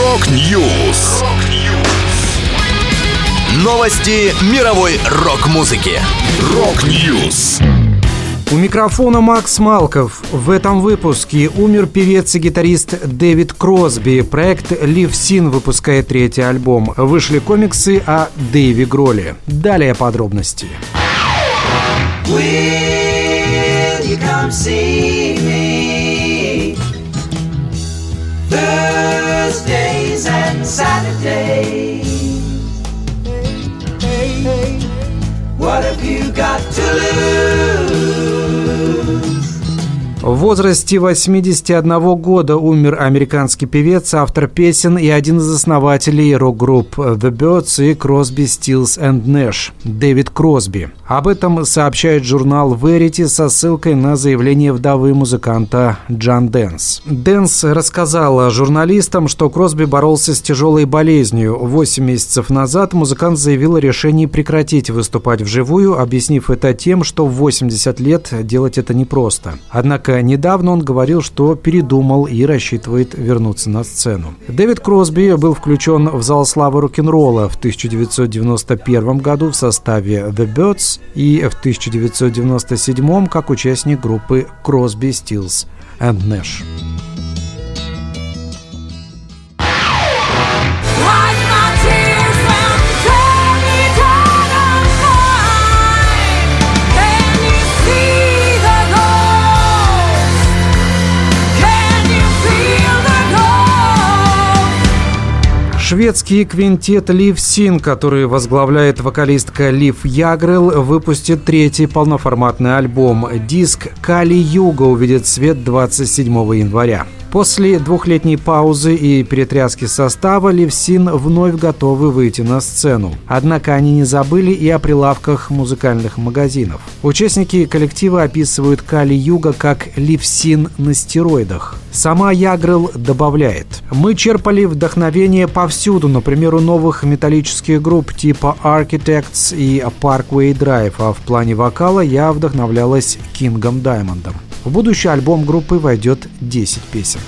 Рок-Ньюс. Новости мировой рок-музыки. Рок-Ньюс. У микрофона Макс Малков. В этом выпуске умер певец и гитарист Дэвид Кросби. Проект Livesyn выпускает третий альбом. Вышли комиксы о Дэйве Гролле. Далее подробности. Will you come see me Thursdays and Saturdays? What have you got to lose? В возрасте 81 года умер американский певец, автор песен и один из основателей рок-групп The Byrds и Crosby, Stills and Nash Дэвид Кросби. Об этом сообщает журнал Verity со ссылкой на заявление вдовы музыканта Джан Дэнс. Дэнс рассказала журналистам, что Кросби боролся с тяжелой болезнью. 8 месяцев назад музыкант заявил о решении прекратить выступать вживую, объяснив это тем, что в 80 лет делать это непросто. Однако недавно он говорил, что передумал и рассчитывает вернуться на сцену. Дэвид Кросби был включен в зал славы рок-н-ролла в 1991 году в составе The Byrds и в 1997 как участник группы Crosby, Stills and Nash. Шведский квинтет Livesyn, который возглавляет вокалистка Лив Ягрел, выпустит третий полноформатный альбом. Диск «Кали-Юга» увидит свет 27 января. После двухлетней паузы и перетряски состава Livesyn вновь готовы выйти на сцену. Однако они не забыли и о прилавках музыкальных магазинов. Участники коллектива описывают Кали-Юга как Livesyn на стероидах. Сама Ягрел добавляет: «Мы черпали вдохновение повсюду, например, у новых металлических групп типа Architects и Parkway Drive, а в плане вокала я вдохновлялась Кингом Даймондом». В будущий альбом группы войдет 10 песен.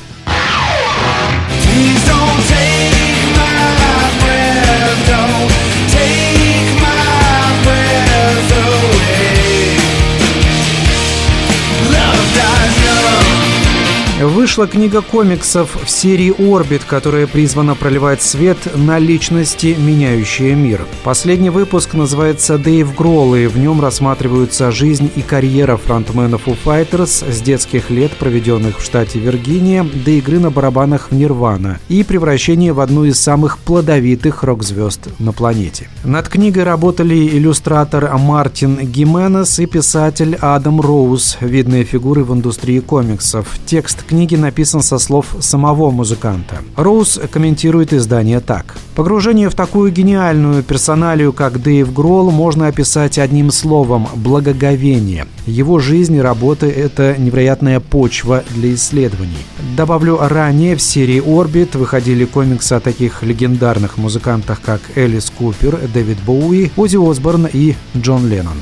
Вышла книга комиксов в серии «Орбит», которая призвана проливать свет на личности, меняющие мир. Последний выпуск называется «Дэйв Гролл», и в нем рассматриваются жизнь и карьера фронтмена Foo Fighters с детских лет, проведенных в штате Виргиния, до игры на барабанах в Nirvana и превращение в одну из самых плодовитых рок-звезд на планете. Над книгой работали иллюстратор Мартин Гименес и писатель Адам Роуз, видные фигуры в индустрии комиксов. Текст книги написан со слов самого музыканта. Роуз комментирует издание так: «Погружение в такую гениальную персоналию, как Дэйв Гролл, можно описать одним словом – благоговение. Его жизнь и работа – это невероятная почва для исследований». Добавлю, ранее в серии «Орбит» выходили комиксы о таких легендарных музыкантах, как Элис Купер, Дэвид Боуи, Оззи Осборн и Джон Леннон.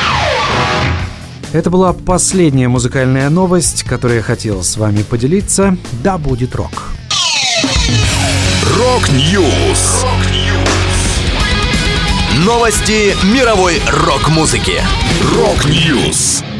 Это была последняя музыкальная новость, которую я хотел с вами поделиться. Да будет рок! Рок-Ньюс. Новости мировой рок-музыки. Рок-Ньюс.